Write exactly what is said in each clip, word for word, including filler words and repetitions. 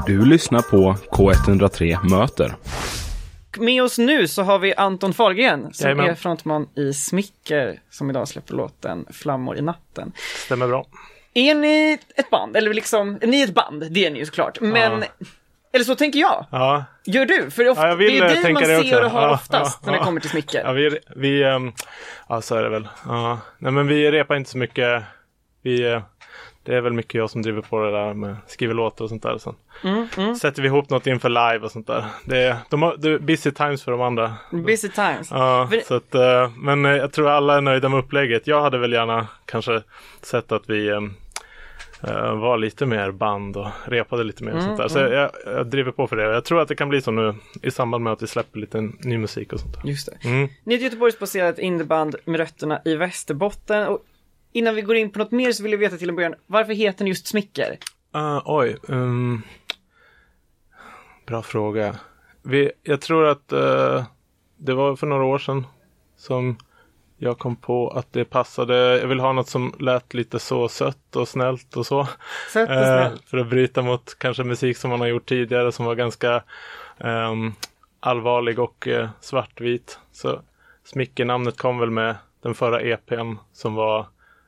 Du lyssnar på K ett noll tre Möter. Med oss nu så har vi Anton Fahlgren som Jajamän. är frontman i Smicker som idag släpper låten Flammor i natten. Stämmer bra. Är ni ett band? Eller liksom, ni är ett band, det är ni ju såklart. Men, Ja. eller så tänker jag. Ja, Gör du? För ofta, Ja, jag vill, det är ju dig tänka man det ser också. och hör Ja, oftast ja, när det ja. kommer till Smicker. ja vi, vi um, ja så är det väl. Ja. Nej men vi repar inte så mycket. Vi, uh, det är väl mycket jag som driver på det där med skriver låtar och sånt där. Sen Mm, mm. sätter vi ihop något inför live och sånt där. Det är, de har, det är busy times för de andra. Busy times. Ja, För- så att, uh, men uh, jag tror alla är nöjda med upplägget. Jag hade väl gärna kanske sett att vi um, uh, var lite mer band och repade lite mer och Mm, sånt där. Så mm. jag, jag driver på för det. Jag tror att det kan bli så nu i samband med att vi släpper lite ny musik och sånt där. Just det. Mm. Ni är ett Göteborgsbaserat indieband med rötterna i Västerbotten. Och innan vi går in på något mer så vill jag veta till en början, varför heter ni just Smicker? Uh, oj. Um, bra fråga. Vi, jag tror att uh, det var för några år sedan som jag kom på att det passade. Jag vill ha något som lät lite så sött och snällt och så. Sött och Uh, snällt. för att bryta mot kanske musik som man har gjort tidigare som var ganska um, allvarlig och uh, svartvit. Så Smicker-namnet kom väl med den förra E P:n som var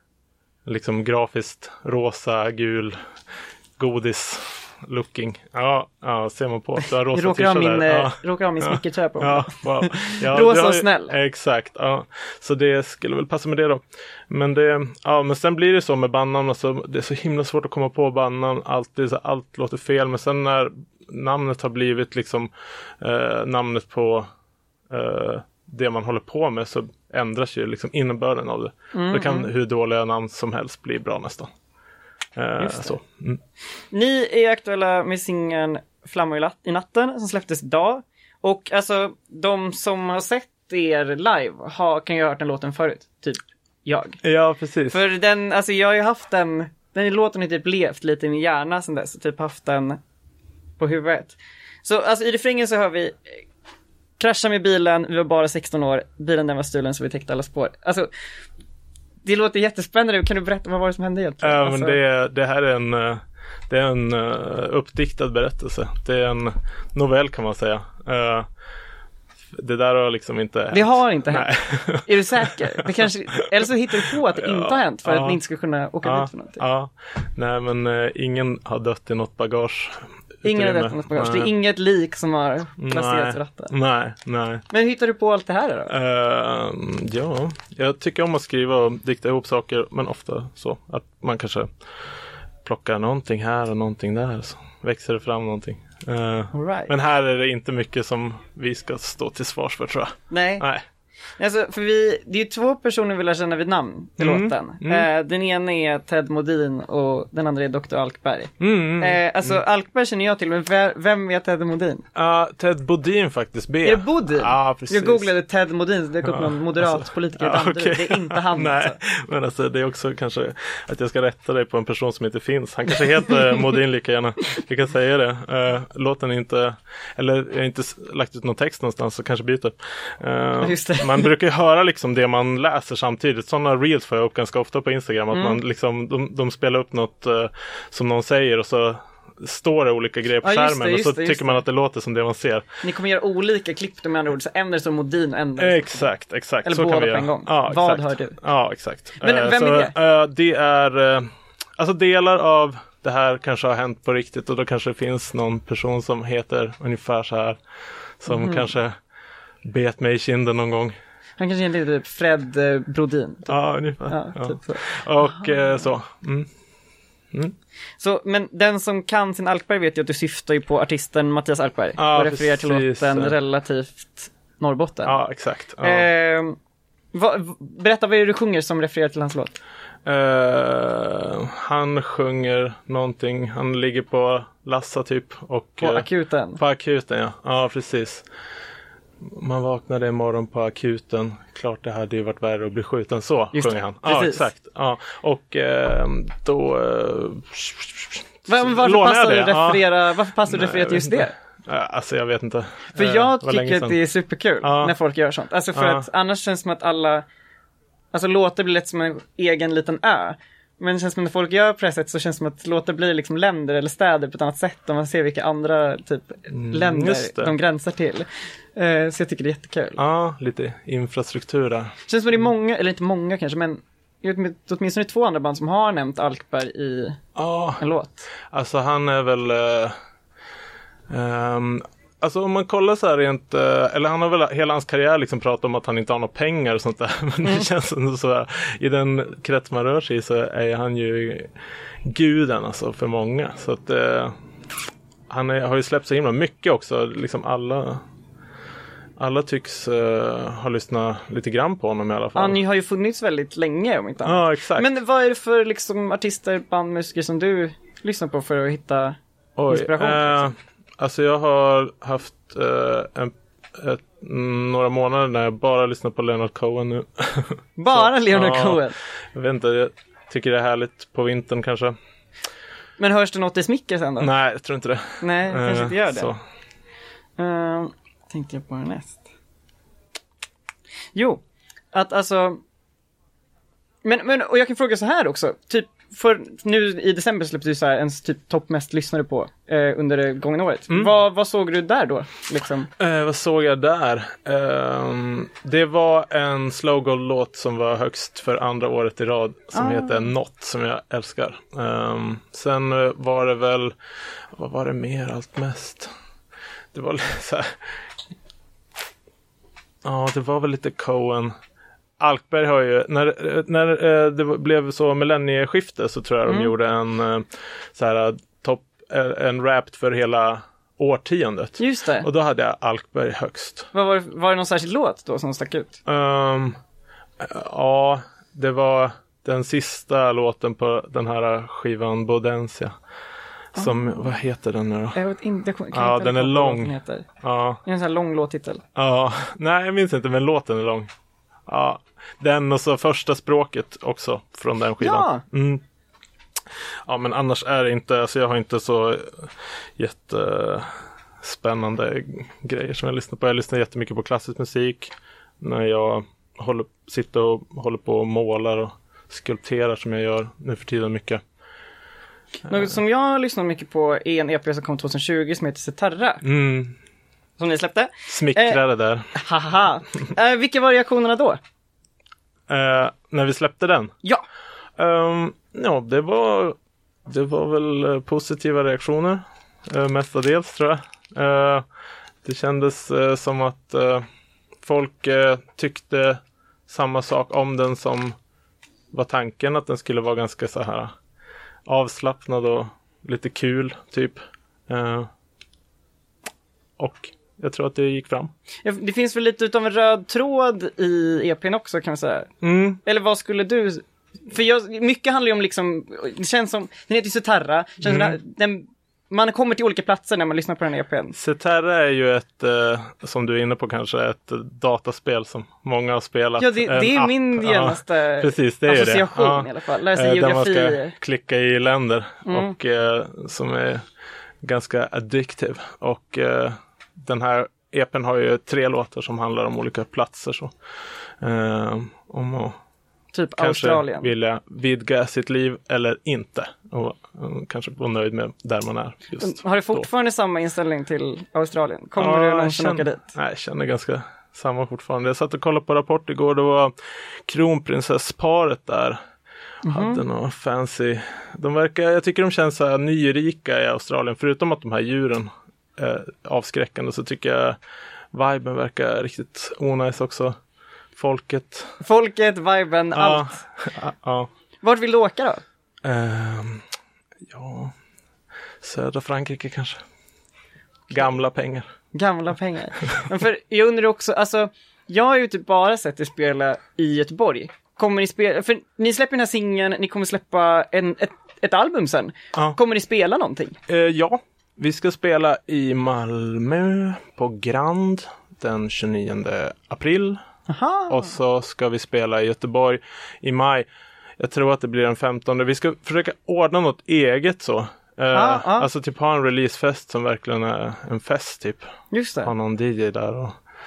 liksom grafiskt rosa, gul, godis looking. Ja, ja, ser man på. Så rosa Vi råkar ha t-shirt min, där. eh, Ja. råkar ha min Smicker-tröja på. Ja, wow. Ja, Rosa det har och ju- snäll. Exakt, ja. Så det skulle väl passa med det då. Men det, ja, men sen blir det så med bandnamn, alltså, det är så himla svårt att komma på bandnamn. Alltid så allt låter fel, men sen när namnet har blivit liksom eh, namnet på eh, det man håller på med så ändras ju liksom innebörden av det. Mm, Då kan mm. hur dåliga namn som helst bli bra nästan. Eh, Just det. så. Mm. Ni är aktuella med singeln Flammor i lat- i natten som släpptes idag. Och alltså, de som har sett er live har, kan ju ha hört den låten förut. Typ jag. Ja, precis. För den, alltså jag har ju haft den, den låten har typ levt lite i min hjärna sedan dess. Typ haft den på huvudet. Så alltså i refrängen så hör vi eh, krascha med bilen, vi var bara sexton år, bilen den var stulen så vi täckte alla spår. Alltså, det låter jättespännande. Kan du berätta vad var det som hände egentligen? Ja, Alltså, men det, det här är en, eh, det är en uh, uppdiktad berättelse. Det är en novell kan man säga. Uh, det där har liksom inte hänt. Det har inte hänt. Nej. Är du säker? Det kanske, eller så hittar du på att det Ja, inte har hänt för ja. att ni inte ska kunna åka Ja, dit för någonting. ja. Nej, men uh, ingen har dött i något bagage. Ingen har utrymme. dött i något bagage. Det är Nej. inget lik som har placerats Nej. i ratten. Nej, nej. Men hur hittar du på allt det här då? Uh, ja, jag tycker om att skriva och dikta ihop saker, men ofta så att man kanske plockar någonting här och någonting där, så växer det fram någonting. Uh, All right. Men här är det inte mycket som vi ska stå till svars för, tror jag. Nej. Nej. Alltså, för vi, det är ju två personer vi lär känna vid namn i Mm, låten. mm. Eh, den ena är Ted Modin och den andra är doktor Alkberg. Mm, mm. Eh, alltså, Alkberg känner jag till, men ve- vem är Ted Modin? Uh, Ted Bodin faktiskt, B. Är det Bodin? Ja, precis. Jag googlade Ted Modin, så det kom upp Ja, någon moderat alltså, politiker i ja, Danderyd. okej. Det är inte han. Nej, Alltså. men alltså det är också kanske att jag ska rätta dig på en person som inte finns. Han kanske heter Modin lika gärna. Jag kan säga det. Uh, låten är inte, eller jag har inte s- lagt ut någon text någonstans, så kanske byter. Uh, Just det. Man brukar ju höra liksom det man läser samtidigt. Sådana reels får jag upp ganska ofta på Instagram. Att Mm. man liksom, de, de spelar upp något uh, som någon säger och så står det olika grejer på Ja, just det, skärmen just och så det, just tycker man det. att det låter som det man ser. Ni kommer göra olika klipp då, med andra ord. Så en är som Modin och en är som- Exakt, exakt. Eller så båda kan vi på göra. en gång. Ja, Vad exakt. hör du? Ja, exakt. Men Eh, vem så, är det? eh, det är, eh, alltså delar av det här kanske har hänt på riktigt och då kanske det finns någon person som heter ungefär så här, som Mhm. kanske bet mig i kinden någon gång. Han kanske är typ Fred eh, Brodin. Typ. Ja, ungefär. Ja, Ja. typ så. Och eh, så. Mm. Mm. Så, men den som kan sin Alkberg vet ju att du syftar ju på artisten Mattias Alkberg. Ja, och refererar till precis. låten Relativt Norrbotten. Ja, exakt. Ja. Eh, vad, v- berätta vad är det du sjunger som refererar till hans låt? Eh, han sjunger någonting. Han ligger på Lassa typ. Och, På eh, akuten. På akuten, ja. Ja, precis. Man vaknade imorgon på akuten. Klart det hade ju varit värre att bli skjuten. Så Just sjunger det, han. Ja, precis. exakt. Ja. Och eh, då... Eh, Var, varför lånar jag passar du det? referera, varför passar du Nej, referera till just jag vet det? inte. Ja, alltså jag vet inte. För Eh, jag det var länge tycker att sedan. det är superkul Ja. när folk gör sånt. Alltså för Ja. att annars känns det som att alla, alltså låter blir lätt som en egen liten ö. Men det känns som när folk gör på det sättet så känns det som att låta bli liksom länder eller städer på ett annat sätt om man ser vilka andra typ Mm, länder just det. de gränsar till. Eh, så jag tycker det är jättekul. Ja, lite infrastruktur där. Känns som det är många, eller inte många kanske, men jag vet åtminstone två andra band som har nämnt Alkberg i Ja, en låt. alltså han är väl... eh, ehm, alltså om man kollar så här rent... eh, eller han har väl hela hans karriär liksom pratat om att han inte har några pengar och sånt där. Men det känns ändå så här, i den krets man rör sig i så är han ju guden alltså för många. Så att eh, han är, har ju släppt så himla mycket också. Liksom alla... Alla tycks uh, ha lyssnat lite grann på honom i alla fall. Han har ju funnits väldigt länge om inte annat. Ja, exakt. Men vad är det för liksom artister, band, musiker som du lyssnar på för att hitta Oj, inspiration? eh, liksom? alltså jag har haft eh, en, ett, några månader när jag bara lyssnar på Leonard Cohen nu. Bara så, Leonard ja, Cohen? Jag vet inte, jag tycker det är härligt på vintern kanske. Men hörs det något i smicker sen då? Nej, jag tror inte det. Nej, jag kanske inte gör det. Så. Uh, tänkte jag på näst. Jo, att alltså... Men, men, och jag kan fråga så här också. Typ, för nu i december släppte du så här ens typ topp mest lyssnade på eh, under det gångna året. Mm. Vad, vad såg du där då? Liksom? Eh, vad såg jag där? Ehm, det var en Slow Gold-låt som var högst för andra året i rad som Ah. heter Not, som jag älskar. Ehm, sen eh, var det väl, vad var det mer allt mest? Det var lite så här... Ja, det var väl lite Cohen. Alkberg har ju, när, när eh, det blev så millennieskifte så tror jag Mm. de gjorde en eh, så här topp, eh, en rap för hela årtiondet. Just det. Och då hade jag Alkberg högst. Vad var, det, var det någon särskild låt då som stack ut? Um, ja, det var den sista låten på den här skivan Bodensia. Som, Ah. vad heter den nu då? Jag vet inte, jag kan Ja, inte den är komma på vad lång. den heter. Ja, Det är en sån här lång låttitel. ja, nej jag minns inte men låten är lång. Ja, den och så första språket också från den skivan. Ja. Mm. Ja, men annars är det inte, alltså jag har inte så jättespännande grejer som jag lyssnar på. Jag lyssnar jättemycket på klassisk musik när jag håller, sitter och håller på och målar och skulpterar som jag gör nu för tiden mycket. Något som jag lyssnar mycket på är en E P som kom tjugohundratjugo som heter Ceterra. Mm, Som ni släppte. smickrade där. Haha. uh, vilka var reaktionerna då? Eh, när vi släppte den. Ja. Um, ja, det var det var väl eh, positiva reaktioner uh, mestadels tror jag. Uh, det kändes uh, som att uh, folk uh, tyckte samma sak om den som var tanken, att den skulle vara ganska så här avslappnad och lite kul typ. Uh, och jag tror att det gick fram. Ja, det finns väl lite utav en röd tråd i E P:n också kan man säga. Mm. Eller vad skulle du... För jag, mycket handlar ju om liksom... Det känns som... Den heter ju Ceterra. Känns Mm. den, den, man kommer till olika platser när man lyssnar på den E P:n. Ceterra är ju ett, eh, som du är inne på kanske, ett dataspel som många har spelat. Ja, det, det En är app. min genaste Ja, precis, det är ju det. association Ja. i alla fall. Lära sig Eh, där man geografi. ska klicka i länder Mm. och eh, som är ganska addictive. Och eh, den här E P:n har ju tre låtar som handlar om olika platser. Så. Eh, om att Typ kanske Australien. vilja vidga sitt liv eller inte. Och eh, kanske vara nöjd med där man är just Har du då. fortfarande samma inställning till Australien? Kommer Ja, du jag någonsin känner- åka dit? Nej, jag känner ganska samma fortfarande. Jag satt och kollade på Rapport igår. Det var kronprinsessparet där. Mhm. Hade något fancy. De verkar, jag tycker de känns så här nyrika i Australien. Förutom att de här djuren är avskräckande så tycker jag viben verkar riktigt onajs också. Folket. Folket, viben, Ja. allt. Ja. ja. Vart vill du åka då? Ehm, ja. Södra Frankrike kanske. Gamla pengar. Gamla pengar. Men för jag undrar också, alltså, jag har ju typ bara sett er spela i Göteborg. Kommer ni spela, för ni släpper den här singeln, ni kommer släppa en, ett, ett album sen. Ja. Kommer ni spela någonting? Eh, ja, vi ska spela i Malmö på Grand den tjugonionde april. Aha. Och så ska vi spela i Göteborg i maj. Jag tror att det blir den femtonde. Vi ska försöka ordna något eget så. Eh, Ah, ah. Alltså typ ha en releasefest som verkligen är en fest typ. Just Ha det. någon D J där och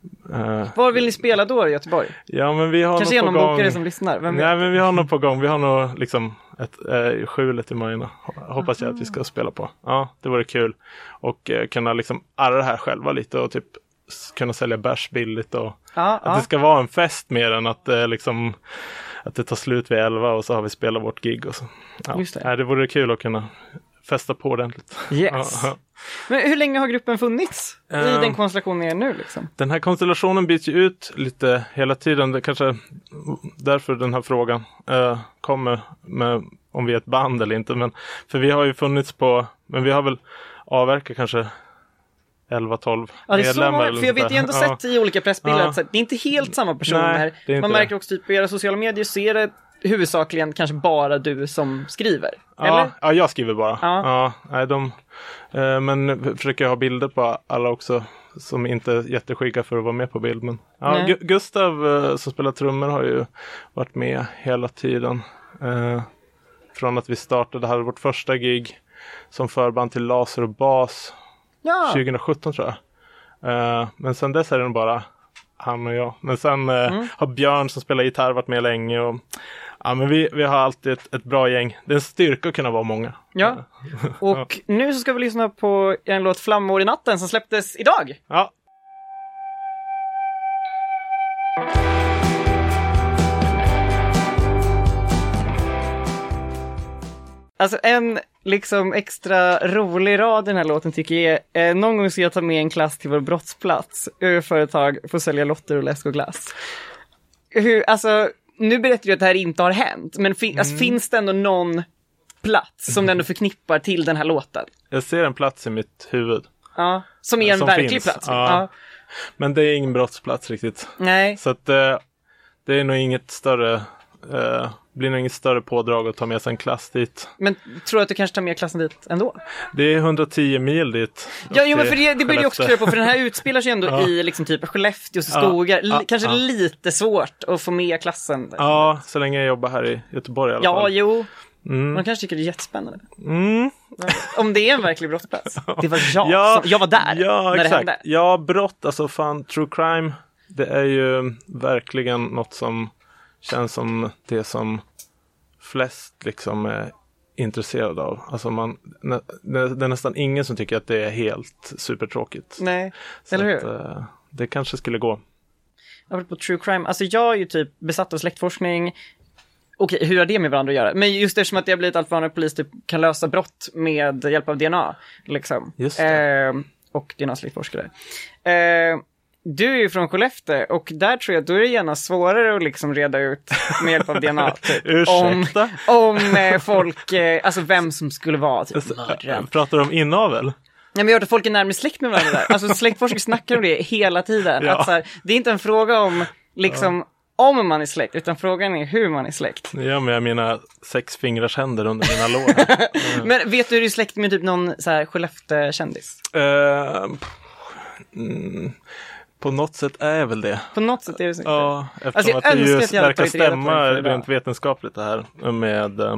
Uh, Var vill ni spela då i Göteborg? Ja, men vi har Kanske nog på gång. genombokare som lyssnar. Vem Nej, vet? men vi har nog på gång. Vi har nog liksom ett äh, skjulet i Majorna. Hoppas jag att vi ska spela på. Ja, det vore kul. Och äh, kunna liksom arra det här själva lite och typ s- kunna sälja bärs billigt och Ja, att ja. det ska vara en fest mer än att äh, liksom att det tar slut vid elva och så har vi spelat vårt gig och så. Ja. Just det. Nej, det vore kul att kunna festa på ordentligt. Yes. Ja, ja. Men hur länge har gruppen funnits i Um, den konstellationen är nu liksom? Den här konstellationen byts ju ut lite hela tiden. Det kanske därför den här frågan uh, kommer med om vi är ett band eller inte. Men, för vi har ju funnits på, men vi har väl avverkat kanske elva tolv Ja, det är så medlemmar många, eller för jag sånt vet där. ju ändå Ja. sett i olika pressbilder Ja. att så här, det är inte helt samma personer. Nej, det är inte Man märker det. också typ på era sociala medier så är det huvudsakligen kanske bara du som skriver. Ja, Eller? ja, jag skriver bara. Ja. Ja, nej, de, eh, men försöker ha bilder på alla också som inte är jätteskygga för att vara med på bild. Men, ja, Nej. Gu- Gustav eh, som spelar trummor har ju varit med hela tiden. Eh, från att vi startade, hade vårt första gig som förband till Laser och Bas Ja. tjugo sjutton tror jag. Eh, men sen dess är det nog bara han och jag. Men sen eh, Mm. har Björn som spelar gitarr varit med länge och ja, men vi, vi har alltid ett, ett bra gäng. Det är en styrka att kunna vara många. Ja. Och nu så ska vi lyssna på en låt Flammor i natten som släpptes idag. Ja. Alltså en liksom extra rolig rad i den här låten tycker jag är eh, någon gång ska jag ta med en klass till vår brottsplats. Ur företag får sälja lotter och läsk och glass. Hur, alltså, nu berättar du att det här inte har hänt, men fin- alltså, finns det ändå någon plats som du ändå förknippar till den här låten? Jag ser en plats i mitt huvud. Ja, som är en Som verklig finns. plats. Ja. Ja. Men det är ingen brottsplats riktigt. Nej. Så att eh, det är nog inget större eh, blir nog inget större pådrag att ta med sig en klass dit. Men tror du att du kanske tar med klassen dit ändå? Det är hundratio mil dit. Ja, upp jo, men till för det, det blir ju också Skellefteå. klura på, för den här utspelar sig ändå Ja. i liksom typ Skellefteås Ja. skogar. L- Ja. kanske Ja. lite svårt att få med klassen. Ja, så länge jag jobbar här i Göteborg i alla Ja, fall. jo. Mm. Man kanske tycker det är jättespännande. Mm. Om det är en verklig brottsplats. Det var jag Ja, som, jag var där Ja, när det exakt. hände. Ja, brott, alltså fan, true crime, det är ju verkligen något som känns som det som flest liksom är intresserade av. Alltså man, nä, det, det är nästan ingen som tycker att det är helt supertråkigt. Nej, Så eller hur? att, eh, det kanske skulle gå. Apropå true crime, alltså jag är ju typ besatt av släktforskning. Okej, hur har det med varandra att göra? Men just eftersom att det har blivit allt vanligare att polis typ kan lösa brott med hjälp av D N A. Liksom. Just det. Eh, och D N A-släktforskare. Eh, du är ju från Skellefteå och där tror jag att då är det gärna svårare att liksom reda ut med hjälp av D N A. Typ, Ursäkta? Om, om eh, folk, eh, alltså vem som skulle vara typ mördaren. Pratar du om inavel? Nej, men jag har hört att folk är närmare släkt med varandra där. Alltså släktforskare snackar om det hela tiden. Ja. Att, så här, det är inte en fråga om liksom om man är släkt, utan frågan är hur man är släkt. Ja, men jag menar sex fingrars händer under mina lår. Men vet du hur du är släkt med typ någon så här Skellefteå-kändis? Eh, mm, på något sätt är väl det. På något sätt är det så. Ja, eftersom Alltså, jag att det önskar just att jag hade verkar tagit reda på det stämma för idag. rent vetenskapligt det här med, eh,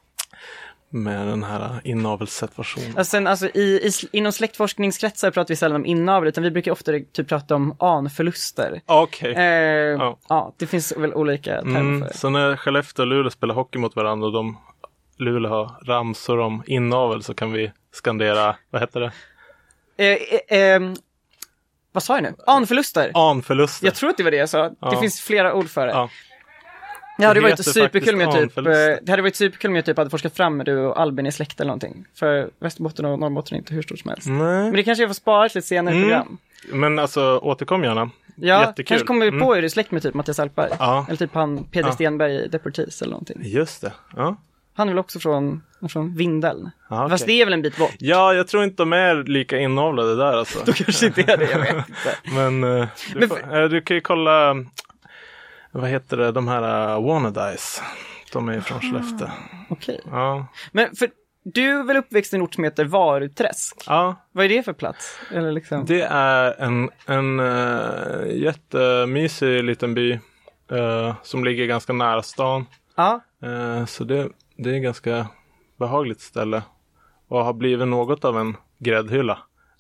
med den här inavelssituationen. Alltså, sen, alltså, i, i, inom släktforskningskretsar pratar vi sällan om inavel, utan vi brukar ofta typ prata om anförluster. Okej. Eh, Ja. ja, det finns väl olika termer Mm, för det. så när Skellefteå och Luleå spelar hockey mot varandra och de Luleå har ramsor om inavel så kan vi skandera, vad heter det? Eh, eh, eh, vad sa jag nu? Anförluster. Anförluster. Jag tror att det var det jag sa. Det Ja. finns flera ord för det. Ja. Det hade Det varit heter superkul med faktiskt typ, eh, anförluster. det hade varit superkul med typ hade forskat fram med du och Albin i släkt eller någonting. För Västerbotten och Norrbotten är inte hur stort som helst. Men Nej. det kanske jag får spara till ett senare Mm. program. Men alltså återkom gärna. Ja, Jättekul. kanske kommer vi på Mm. hur du är släkt med typ Mattias Alkberg. Ja. Eller typ han Peder Ja. Stenberg i Deportees eller någonting. Just det. Ja. Han är väl också från, från Vindeln. Ja, okej. Fast det är väl en bit bort. Ja, jag tror inte de är lika inavlade där alltså. Då kanske inte är det, jag vet inte. Men, eh, du, Men får, eh, du kan ju kolla, vad heter det, de här uh, Wannadies. De är ju från Skellefteå. Okej. Ja. Men för du är väl uppväxt i en ort som heter Varuträsk? Ja, Vad är det för plats? Eller liksom? det är en, en uh, jättemysig liten by uh, som ligger ganska nära stan. Ja. Uh, så det, det är ett ganska behagligt ställe. Och har blivit något av en gräddhylla.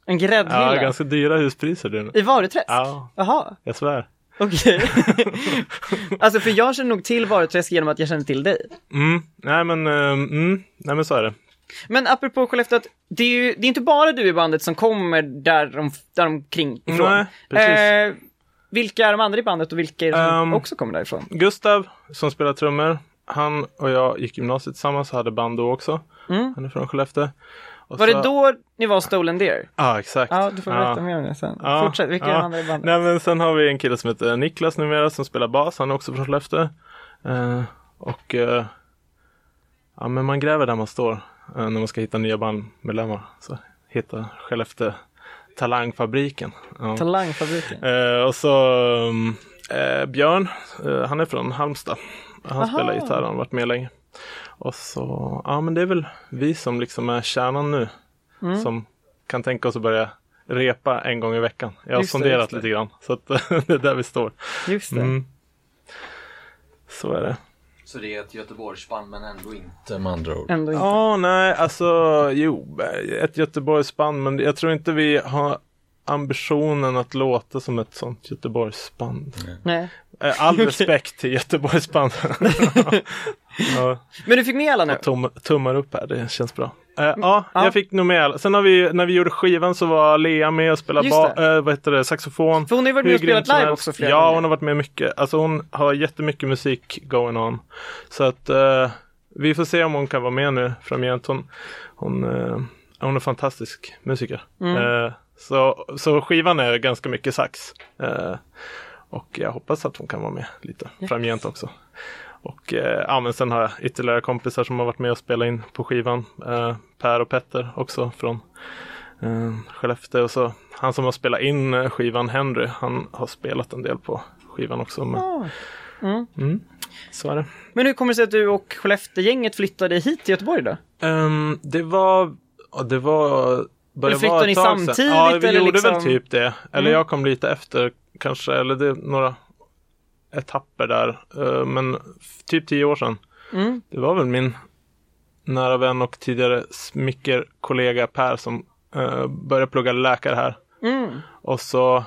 En gräddhylla? Ja, ganska dyra huspriser. Du. I Varuträsk? Ja, Jaha. jag svär. Okej. Alltså för jag känner nog till Varuträsk genom att jag känner till dig. Mm, nej men, um, mm, nej men så är det. Men apropå Skellefteå, att det är ju det är inte bara du i bandet som kommer där, de, där omkring ifrån. Nej, precis. Eh, vilka är de andra i bandet och vilka är det som Um, också kommer därifrån? Gustav, som spelar trummor, han och jag gick gymnasiet tillsammans och hade band då också. Mm. Han är från Skellefteå. Och Var så... det då ni var Stolen Deer? Ja, exakt. Ja, du får berätta ja. mer om det sen. Ja. Fortsätt, vilka är ja. de andra i bandet? Nej, men sen har vi en kille som heter Niklas numera som spelar bas. Han är också från Skellefteå. Uh, och uh, ja, men man gräver där man står uh, när man ska hitta nya bandmedlemmar. Så hitta Skellefteå Talangfabriken. Ja. Talangfabriken. Uh, och så um, uh, Björn, uh, han är från Halmstad. Han Aha. spelar gitarr, han har varit med länge. Och så, ja men det är väl vi som liksom är kärnan nu. Mm. Som kan tänka oss att börja repa en gång i veckan. Jag har Just det, sonderat just det. lite grann. Så att det är där vi står. Just det. Mm. Så är det. Så det är ett Göteborgsband men ändå inte med andra ord. Ändå inte. Ja, nej, alltså jo, ett Göteborgsband, men jag tror inte vi har ambitionen att låta som ett sånt Göteborgsband. Nej. All respekt till Göteborgsband. Ja. Men du fick med alla nu? Tum, tummar upp här, det känns bra. Uh, ja, ja, jag fick nog med alla. Sen har vi, när vi gjorde skivan så var Lea med och spelade ba- uh, vad heter det, saxofon. För hon har ju varit med och spelat live också flera Ja, gånger. hon har varit med mycket. Alltså hon har jättemycket musik going on. Så att uh, vi får se om hon kan vara med nu framgent. Hon, hon, uh, hon är fantastisk musiker. Mm. Uh, så, så skivan är ganska mycket sax. Uh, och jag hoppas att hon kan vara med lite yes. framgent också. Och eh, ja, men sen har jag ytterligare kompisar som har varit med och spelat in på skivan. Eh, Per och Petter också från eh, Skellefteå. Och så han som har spelat in eh, skivan, Henry, han har spelat en del på skivan också. Men, oh. mm. Mm, så är det. Men hur kommer det sig att du och Skellefteå-gänget flyttade hit till Göteborg då? Um, det var... Det var... Eller flyttade ni samtidigt? Ja, vi eller gjorde liksom... väl typ det. Eller mm. jag kom lite efter kanske. Eller det några... etapper där, uh, men f- typ tio år sedan. Mm. Det var väl min nära vän och tidigare smickerkollega Per som uh, började plugga läkare här. Mm. Och så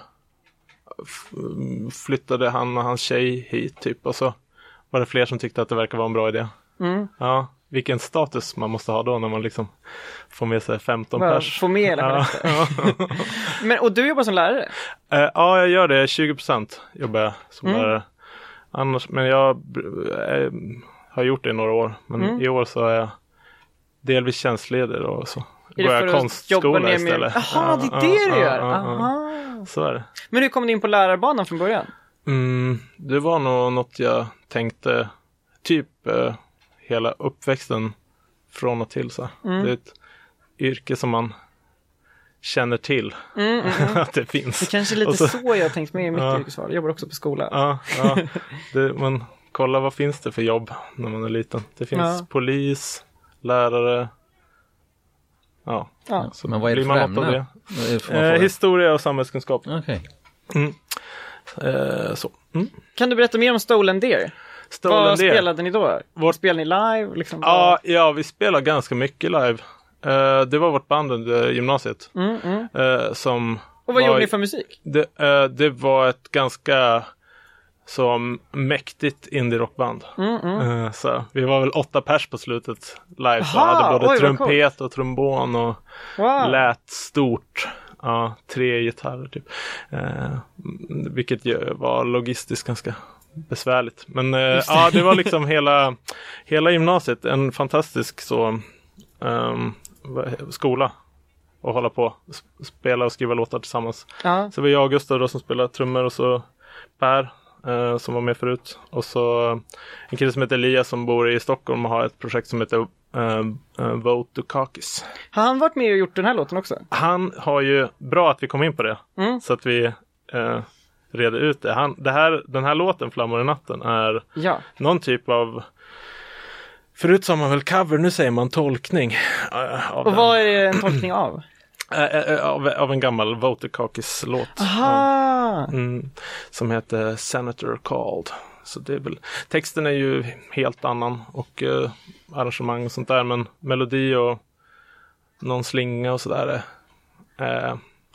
f- flyttade han och hans tjej hit typ, och så var det fler som tyckte att det verkar vara en bra idé. Mm. Ja, vilken status man måste ha då när man liksom får med sig femton Bara pers. Får med hela ja. Men, och du jobbar som lärare? Uh, ja, jag gör det. tjugo procent jobbar jag som mm. lärare. Annars, men jag äh, har gjort det i några år. Men mm. i år så är jag delvis tjänstledig och så är går jag konstskola istället. Jaha, det är det du gör. Aha. Så är det. Men hur kom du in på lärarbanan från början? Mm, det var nog något jag tänkte typ äh, hela uppväxten från och till. Så. Mm. Det är ett yrke som man känner till mm, mm, mm. att det finns. Det kanske är lite så, så jag har tänkt med i mitt ja. yrkesval. Jag jobbar också på skola. Ja, ja. Det, man kollar vad finns det för jobb när man är liten. Det finns ja. polis, lärare. Ja. ja. Så, men vad är det för ämne? Eh, historia och samhällskunskap. Okay. Mm. Eh, så. Mm. Kan du berätta mer om Stolen Deer? Stolen vad Deer. spelade ni då? Vart spelade ni live? Liksom, ja, ja, vi spelade ganska mycket live. Uh, det var vårt band under gymnasiet. Mm, mm. Uh, som och vad var, gjorde ni för musik? Det, uh, det var ett ganska så mäktigt indie-rockband. Mm, mm. Uh, så vi var väl åtta pers på slutet live. Aha, så hade både oj, trumpet och trombon och wow. lät stort. Ja, uh, tre gitarrer typ. Uh, vilket ju var logistiskt ganska besvärligt. Men uh, ja, det var liksom hela, hela gymnasiet. En fantastisk så... Um, skola och hålla på spela och skriva låtar tillsammans. Ja. Så var jag och Gustav då som spelade trummor och så Per eh, som var med förut och så en kille som heter Elias som bor i Stockholm och har ett projekt som heter eh, uh, Vote to Caucus. Har han varit med och gjort den här låten också? Han har ju, bra att vi kom in på det mm. så att vi eh, reder ut det. Han, det här, den här låten Flammor i natten är ja. någon typ av förut sa man väl cover, nu säger man tolkning. Och den. Vad är det en tolkning av? av, av en gammal Vote to Caucus-låt. Aha! Mm, som heter Senator Called. Så det är väl, texten är ju helt annan och uh, arrangemang och sånt där, men melodi och någon slinga och sådär är uh,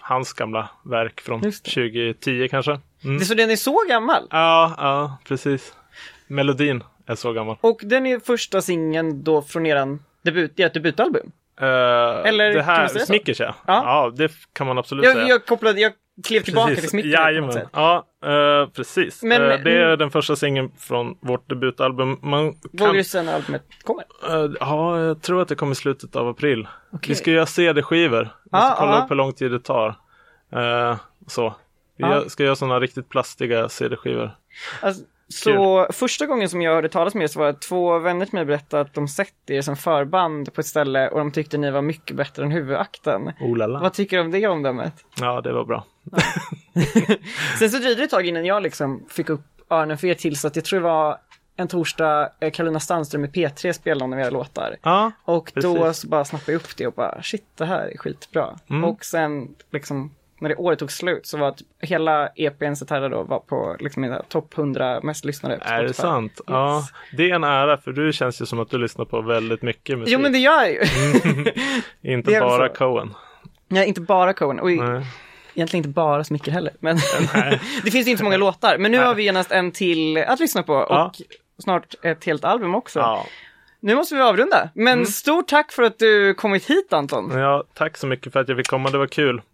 hans gamla verk från Just det. tjugo tio kanske. Mm. Det, så den är så gammal? Ja, ja, precis. Melodin är så gammal. Och den är första singeln då från eran debut, ert debutalbum? Uh, Eller det kan man här, säga så? Smickers, ja. Ja. Ja, det kan man absolut Jag, säga. jag kopplade, jag klev tillbaka Precis. till Smickers. Jajamän. Ja, uh, precis. Men- uh, det är den första singeln från vårt debutalbum. Man Vågar kan, du säga när albumet kommer? uh, ja, jag tror att det kommer i slutet av april. Okej. Vi ska göra C D-skivor. Vi Ah, måste kolla ah. upp hur lång tid det tar. Uh, så. Vi Ah. gör, ska göra sådana riktigt plastiga C D-skivor. Alltså, så första gången som jag hörde talas med er så var det två vänner till mig berättade att de sett er som förband på ett ställe och de tyckte ni var mycket bättre än huvudakten. Oh la la. Vad tycker du om det omdömet? Ja, det var bra. Sen så dröjde det ett tag innan jag liksom fick upp öronen för er till så att jag tror det var en torsdag eh, Carolina Stanström med P tre spelade någon av era låtar. Ja, Och då precis. så bara snappade jag upp det och bara shit, det här är skitbra. Mm. Och sen liksom när det året tog slut så var typ hela E P:n Cetera då var på liksom mina topp hundra mest lyssnade på Är det Spotify. sant? Ja, det är en ära för du känns ju som att du lyssnar på väldigt mycket musik. Jo men det gör jag ju. Inte det är väl bara så. Cohen. Nej, inte bara Cohen. Och Nej. egentligen inte bara Smicker heller. Men det finns ju inte så många låtar. Men nu har vi genast en till att lyssna på. Ja. Och snart ett helt album också. Ja. Nu måste vi avrunda. Men Mm. stort tack för att du kommit hit, Anton. Ja, tack så mycket för att jag fick komma, det var kul.